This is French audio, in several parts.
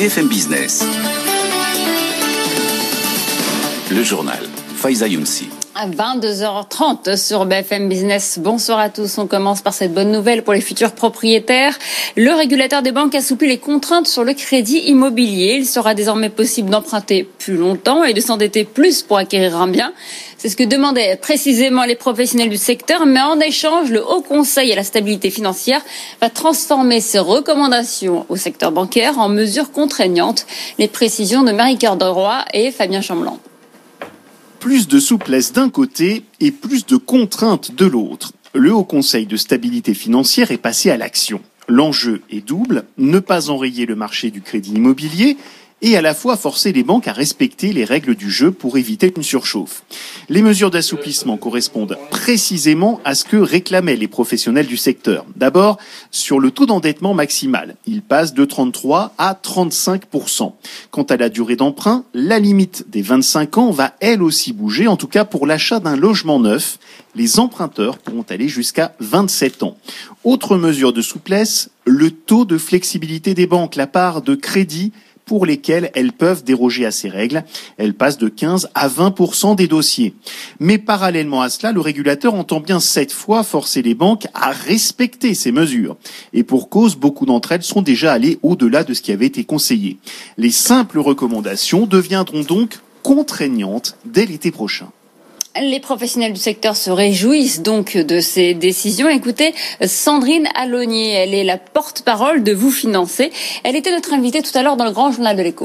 BFM Business. Le journal, Faiza Younsi. À 22h30 sur BFM Business. Bonsoir à tous. On commence par cette bonne nouvelle pour les futurs propriétaires. Le régulateur des banques assouplit les contraintes sur le crédit immobilier. Il sera désormais possible d'emprunter plus longtemps et de s'endetter plus pour acquérir un bien. C'est ce que demandaient précisément les professionnels du secteur. Mais en échange, le Haut Conseil à la stabilité financière va transformer ses recommandations au secteur bancaire en mesures contraignantes. Les précisions de Marie-Cœur de Roy et Fabien Chamblanc. Plus de souplesse d'un côté et plus de contraintes de l'autre. Le Haut Conseil de stabilité financière est passé à l'action. L'enjeu est double, ne pas enrayer le marché du crédit immobilier et à la fois forcer les banques à respecter les règles du jeu pour éviter une surchauffe. Les mesures d'assouplissement correspondent précisément à ce que réclamaient les professionnels du secteur. D'abord, sur le taux d'endettement maximal. Il passe de 33 à 35%. Quant à la durée d'emprunt, la limite des 25 ans va elle aussi bouger, en tout cas pour l'achat d'un logement neuf. Les emprunteurs pourront aller jusqu'à 27 ans. Autre mesure de souplesse, le taux de flexibilité des banques, la part de crédit pour lesquels elles peuvent déroger à ces règles. Elle passe de 15 à 20% des dossiers. Mais parallèlement à cela, le régulateur entend bien cette fois forcer les banques à respecter ces mesures. Et pour cause, beaucoup d'entre elles sont déjà allées au-delà de ce qui avait été conseillé. Les simples recommandations deviendront donc contraignantes dès l'été prochain. Les professionnels du secteur se réjouissent donc de ces décisions. Écoutez, Sandrine Alonier, elle est la porte-parole de Vous Financer. Elle était notre invitée tout à l'heure dans le grand journal de l'Écho.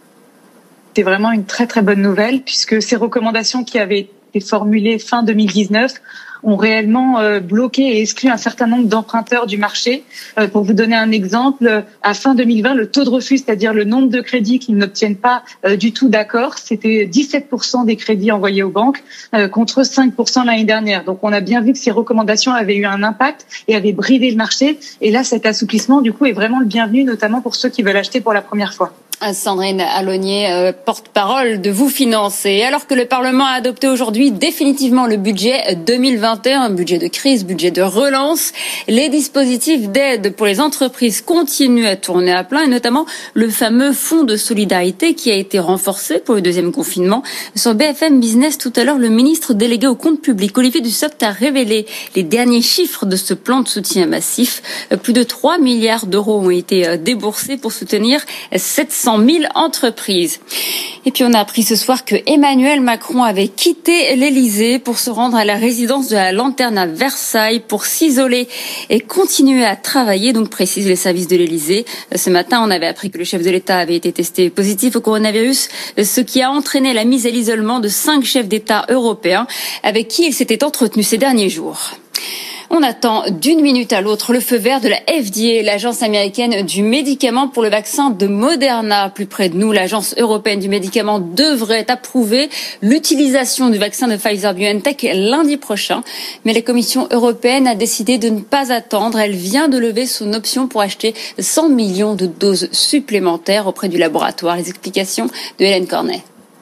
C'est vraiment une très très bonne nouvelle puisque ces recommandations qui avaient été formulées fin 2019 ont réellement bloqué et exclu un certain nombre d'emprunteurs du marché. Pour vous donner un exemple, à fin 2020, le taux de refus, c'est-à-dire le nombre de crédits qui n'obtiennent pas du tout d'accord, c'était 17% des crédits envoyés aux banques contre 5% l'année dernière. Donc on a bien vu que ces recommandations avaient eu un impact et avaient bridé le marché. Et là, cet assouplissement, du coup, est vraiment le bienvenu, notamment pour ceux qui veulent acheter pour la première fois. Sandrine Alonier, porte-parole de Vous Financer. Alors que le Parlement a adopté aujourd'hui définitivement le budget 2021, budget de crise, budget de relance, les dispositifs d'aide pour les entreprises continuent à tourner à plein et notamment le fameux fonds de solidarité qui a été renforcé pour le deuxième confinement. Sur BFM Business tout à l'heure, le ministre délégué au compte public, Olivier Dussopt, a révélé les derniers chiffres de ce plan de soutien massif. Plus de 3 milliards d'euros ont été déboursés pour soutenir 700 000 entreprises. Et puis on a appris ce soir que Emmanuel Macron avait quitté l'Élysée pour se rendre à la résidence de la Lanterne à Versailles pour s'isoler et continuer à travailler, donc précisent les services de l'Élysée. Ce matin, on avait appris que le chef de l'État avait été testé positif au coronavirus, ce qui a entraîné la mise à l'isolement de 5 chefs d'État européens avec qui il s'était entretenu ces derniers jours. On attend d'une minute à l'autre le feu vert de la FDA, l'agence américaine du médicament pour le vaccin de Moderna. Plus près de nous, l'agence européenne du médicament devrait approuver l'utilisation du vaccin de Pfizer-BioNTech lundi prochain. Mais la Commission européenne a décidé de ne pas attendre. Elle vient de lever son option pour acheter 100 millions de doses supplémentaires auprès du laboratoire. Les explications de Hélène Cornet.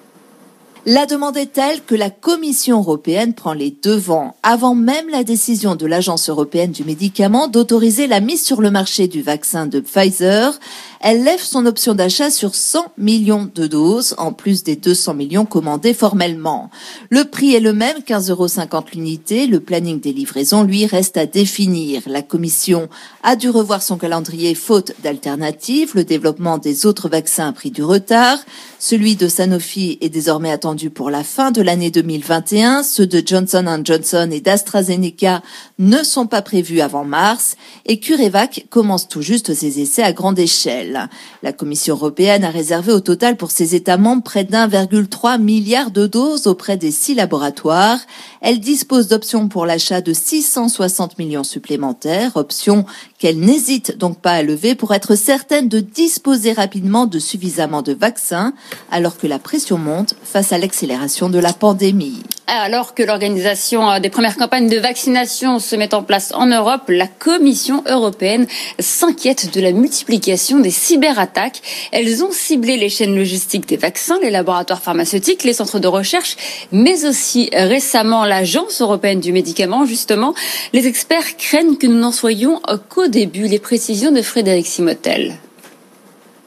La demande est telle que la Commission européenne prend les devants, avant même la décision de l'Agence européenne du médicament d'autoriser la mise sur le marché du vaccin de Pfizer. Elle lève son option d'achat sur 100 millions de doses, en plus des 200 millions commandés formellement. Le prix est le même, 15,50 € l'unité. Le planning des livraisons, lui, reste à définir. La Commission a dû revoir son calendrier faute d'alternatives. Le développement des autres vaccins a pris du retard. Celui de Sanofi est désormais attendu pour la fin de l'année 2021. Ceux de Johnson & Johnson et d'AstraZeneca ne sont pas prévus avant mars. Et CureVac commence tout juste ses essais à grande échelle. La Commission européenne a réservé au total pour ses États membres près d'1,3 milliard de doses auprès des 6 laboratoires. Elle dispose d'options pour l'achat de 660 millions supplémentaires, options qu'elle n'hésite donc pas à lever pour être certaine de disposer rapidement de suffisamment de vaccins, alors que la pression monte face à l'accélération de la pandémie. Alors que l'organisation des premières campagnes de vaccination se met en place en Europe, la Commission européenne s'inquiète de la multiplication des cyberattaques. Elles ont ciblé les chaînes logistiques des vaccins, les laboratoires pharmaceutiques, les centres de recherche, mais aussi récemment l'Agence européenne du médicament. Justement, les experts craignent que nous n'en soyons qu'au début. Les précisions de Frédéric Simotel.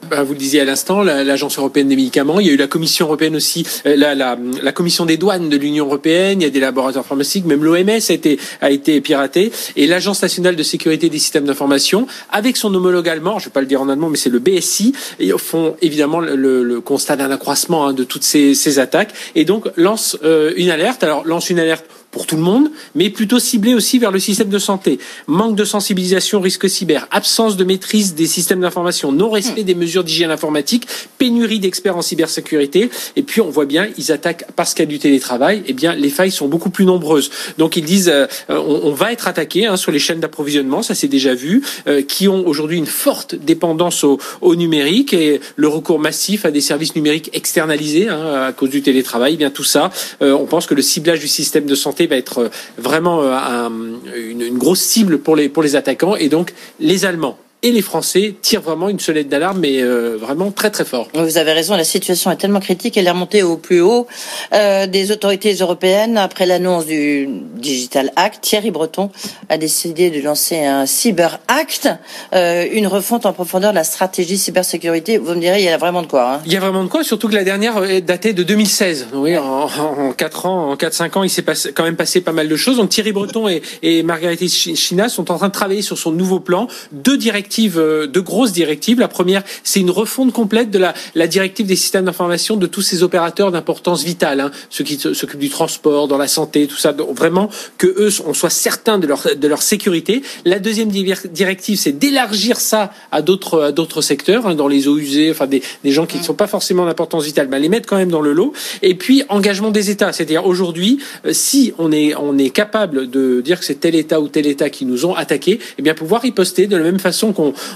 vous le disiez à l'instant, l'Agence européenne des médicaments. Il y a eu la Commission européenne aussi, la Commission des douanes de l'Union européenne. Il y a des laboratoires pharmaceutiques. Même l'OMS a été piratée. Et l'Agence nationale de sécurité des systèmes d'information, avec son homologue allemand, je ne vais pas le dire en allemand, mais c'est le BSI, font évidemment le constat d'un accroissement de toutes ces attaques. Et donc lance une alerte. Alors lance une alerte pour tout le monde, mais plutôt ciblé aussi vers le système de santé. Manque de sensibilisation, risque cyber, absence de maîtrise des systèmes d'information, non-respect des mesures d'hygiène informatique, pénurie d'experts en cybersécurité. Et puis, on voit bien, ils attaquent parce qu'il y a du télétravail. Eh bien, les failles sont beaucoup plus nombreuses. Donc, ils disent, on va être attaqué sur les chaînes d'approvisionnement, ça c'est déjà vu, qui ont aujourd'hui une forte dépendance au numérique et le recours massif à des services numériques externalisés à cause du télétravail. Eh bien, tout ça, on pense que le ciblage du système de santé va être vraiment une grosse cible pour les attaquants, et donc les Allemands et les Français tirent vraiment une sonnette d'alarme, mais vraiment très très fort. Vous avez raison, la situation est tellement critique, elle est remontée au plus haut des autorités européennes après l'annonce du Digital Act. Thierry Breton a décidé de lancer un Cyber Act, une refonte en profondeur de la stratégie cybersécurité. Vous me direz, il y a vraiment de quoi. Il y a vraiment de quoi, surtout que la dernière est datée de 2016. Oui, en 4-5 ans, il s'est quand même passé pas mal de choses. Donc Thierry Breton et Margrethe Schinas sont en train de travailler sur son nouveau plan. Deux grosses directives. La première, c'est une refonte complète de la directive des systèmes d'information de tous ces opérateurs d'importance vitale, ceux qui s'occupent du transport, dans la santé, tout ça. Donc, vraiment que eux, on soit certains de leur sécurité. La deuxième directive, c'est d'élargir ça à d'autres secteurs, dans les eaux usées, enfin des gens qui ne sont pas forcément d'importance vitale, les mettre quand même dans le lot. Et puis engagement des États, c'est-à-dire aujourd'hui, si on est capable de dire que c'est tel État ou tel État qui nous ont attaqués, eh bien pouvoir riposter de la même façon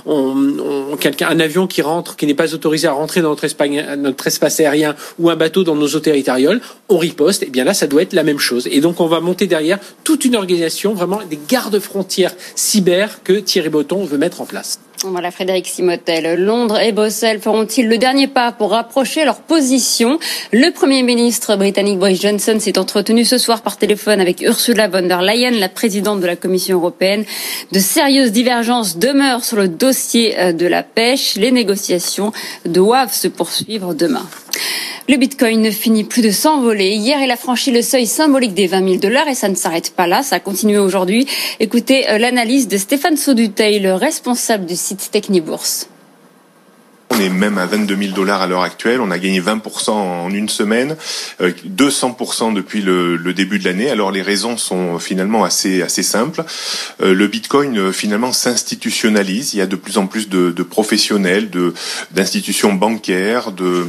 un avion qui n'est pas autorisé à rentrer dans notre espace aérien, ou un bateau dans nos eaux territoriales, on riposte. Et bien là, ça doit être la même chose. Et donc, on va monter derrière toute une organisation, vraiment des gardes-frontières cyber que Thierry Breton veut mettre en place. Voilà, Frédéric Simotel. Londres et Bruxelles feront-ils le dernier pas pour rapprocher leur position? Le Premier ministre britannique Boris Johnson s'est entretenu ce soir par téléphone avec Ursula von der Leyen, la présidente de la Commission européenne. De sérieuses divergences demeurent sur le dossier de la pêche. Les négociations doivent se poursuivre demain. Le Bitcoin ne finit plus de s'envoler. Hier, il a franchi le seuil symbolique des $20 000 et ça ne s'arrête pas là. Ça a continué aujourd'hui. Écoutez l'analyse de Stéphane Sauduteil, le responsable du site Technibourse. On est même à $22 000 à l'heure actuelle. On a gagné 20% en une semaine, 200% depuis le début de l'année. Alors les raisons sont finalement assez simples. Le Bitcoin finalement s'institutionnalise. Il y a de plus en plus de professionnels, d'institutions bancaires,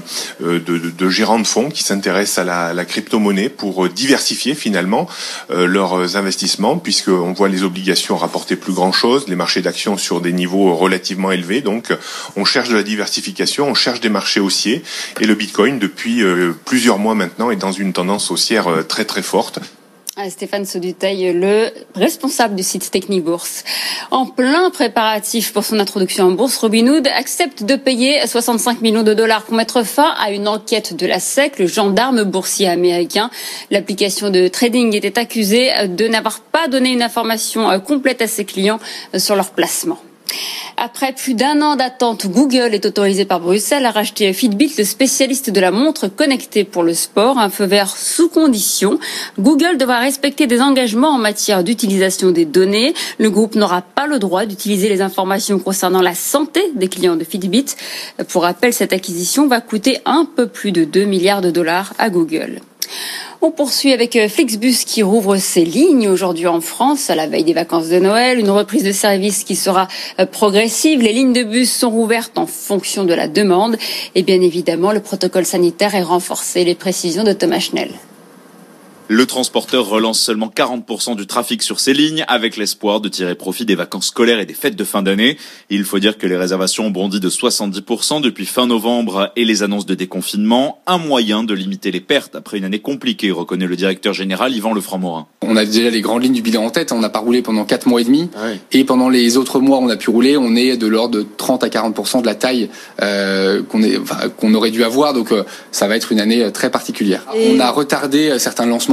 de gérants de fonds qui s'intéressent à la crypto-monnaie pour diversifier finalement leurs investissements, puisqu'on voit les obligations rapporter plus grand-chose, les marchés d'actions sur des niveaux relativement élevés. Donc on cherche de la diversification, on cherche des marchés haussiers, et le Bitcoin depuis plusieurs mois maintenant est dans une tendance haussière très très forte. Stéphane Sauduteil, le responsable du site Technibourse. En plein préparatif pour son introduction en bourse, Robinhood accepte de payer 65 millions de dollars pour mettre fin à une enquête de la SEC, le gendarme boursier américain. L'application de trading était accusée de n'avoir pas donné une information complète à ses clients sur leur placement. Après plus d'1 an d'attente, Google est autorisé par Bruxelles à racheter Fitbit, le spécialiste de la montre connectée pour le sport. Un feu vert sous condition. Google devra respecter des engagements en matière d'utilisation des données. Le groupe n'aura pas le droit d'utiliser les informations concernant la santé des clients de Fitbit. Pour rappel, cette acquisition va coûter un peu plus de $2 milliards à Google. On poursuit avec Flixbus qui rouvre ses lignes aujourd'hui en France à la veille des vacances de Noël. Une reprise de service qui sera progressive. Les lignes de bus sont rouvertes en fonction de la demande. Et bien évidemment, le protocole sanitaire est renforcé. Les précisions de Thomas Schnell. Le transporteur relance seulement 40% du trafic sur ses lignes avec l'espoir de tirer profit des vacances scolaires et des fêtes de fin d'année. Il faut dire que les réservations ont bondi de 70% depuis fin novembre et les annonces de déconfinement. Un moyen de limiter les pertes après une année compliquée, reconnaît le directeur général Yvan Lefranc-Morin. On a déjà les grandes lignes du bilan en tête. On n'a pas roulé pendant 4 mois et demi. Ouais. Et pendant les autres mois, on a pu rouler. On est de l'ordre de 30 à 40% de la taille qu'on aurait dû avoir. Donc ça va être une année très particulière. On a retardé certains lancements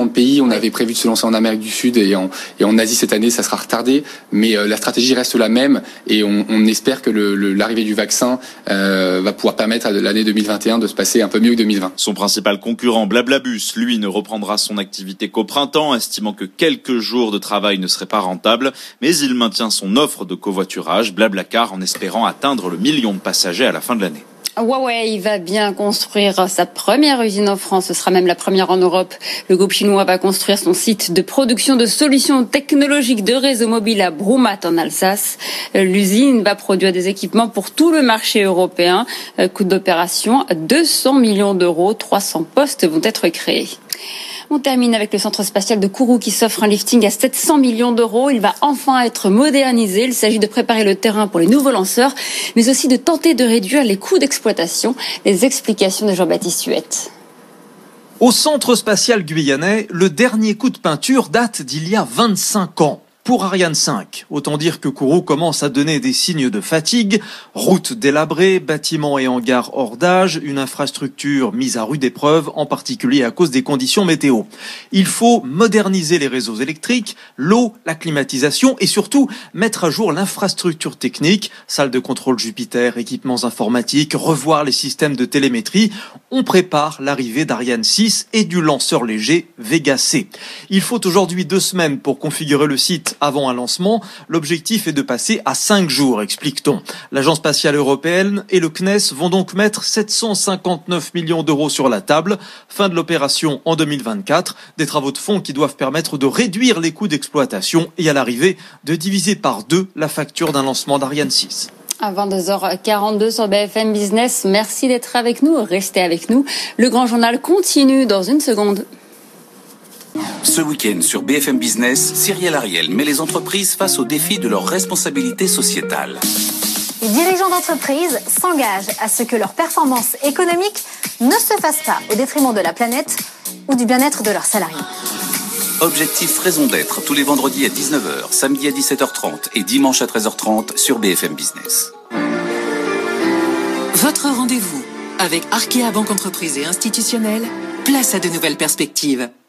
lancement de pays. On avait prévu de se lancer en Amérique du Sud et en Asie cette année, ça sera retardé. Mais la stratégie reste la même et on espère que l'arrivée du vaccin va pouvoir permettre à l'année 2021 de se passer un peu mieux que 2020. Son principal concurrent, Blablabus, lui, ne reprendra son activité qu'au printemps, estimant que quelques jours de travail ne seraient pas rentables. Mais il maintient son offre de covoiturage, Blablacar, en espérant atteindre le 1 million de passagers à la fin de l'année. Huawei va bien construire sa première usine en France. Ce sera même la première en Europe. Le groupe chinois va construire son site de production de solutions technologiques de réseau mobile à Broumat en Alsace. L'usine va produire des équipements pour tout le marché européen. Coût d'opération 200 millions d'euros. 300 postes vont être créés. On termine avec le centre spatial de Kourou qui s'offre un lifting à 700 millions d'euros. Il va enfin être modernisé. Il s'agit de préparer le terrain pour les nouveaux lanceurs, mais aussi de tenter de réduire les coûts d'exploitation. Les explications de Jean-Baptiste Huette. Au centre spatial guyanais, le dernier coup de peinture date d'il y a 25 ans. Pour Ariane 5, autant dire que Kourou commence à donner des signes de fatigue. Routes délabrées, bâtiments et hangars hors d'âge, une infrastructure mise à rude épreuve, en particulier à cause des conditions météo. Il faut moderniser les réseaux électriques, l'eau, la climatisation et surtout mettre à jour l'infrastructure technique, salle de contrôle Jupiter, équipements informatiques, revoir les systèmes de télémétrie. On prépare l'arrivée d'Ariane 6 et du lanceur léger Vega C. Il faut aujourd'hui 2 semaines pour configurer le site avant un lancement. L'objectif est de passer à 5 jours, explique-t-on. L'Agence spatiale européenne et le CNES vont donc mettre 759 millions d'euros sur la table. Fin de l'opération en 2024. Des travaux de fond qui doivent permettre de réduire les coûts d'exploitation et à l'arrivée de diviser par 2 la facture d'un lancement d'Ariane 6. À 22h42 sur BFM Business. Merci d'être avec nous. Restez avec nous. Le grand journal continue dans une seconde. Ce week-end sur BFM Business, Cyrielle Ariel met les entreprises face au défi de leur responsabilité sociétale. Les dirigeants d'entreprises s'engagent à ce que leur performance économique ne se fasse pas au détriment de la planète ou du bien-être de leurs salariés. Objectif raison d'être tous les vendredis à 19h, samedi à 17h30 et dimanche à 13h30 sur BFM Business. Votre rendez-vous avec Arkea Banque Entreprise et Institutionnelle, place à de nouvelles perspectives.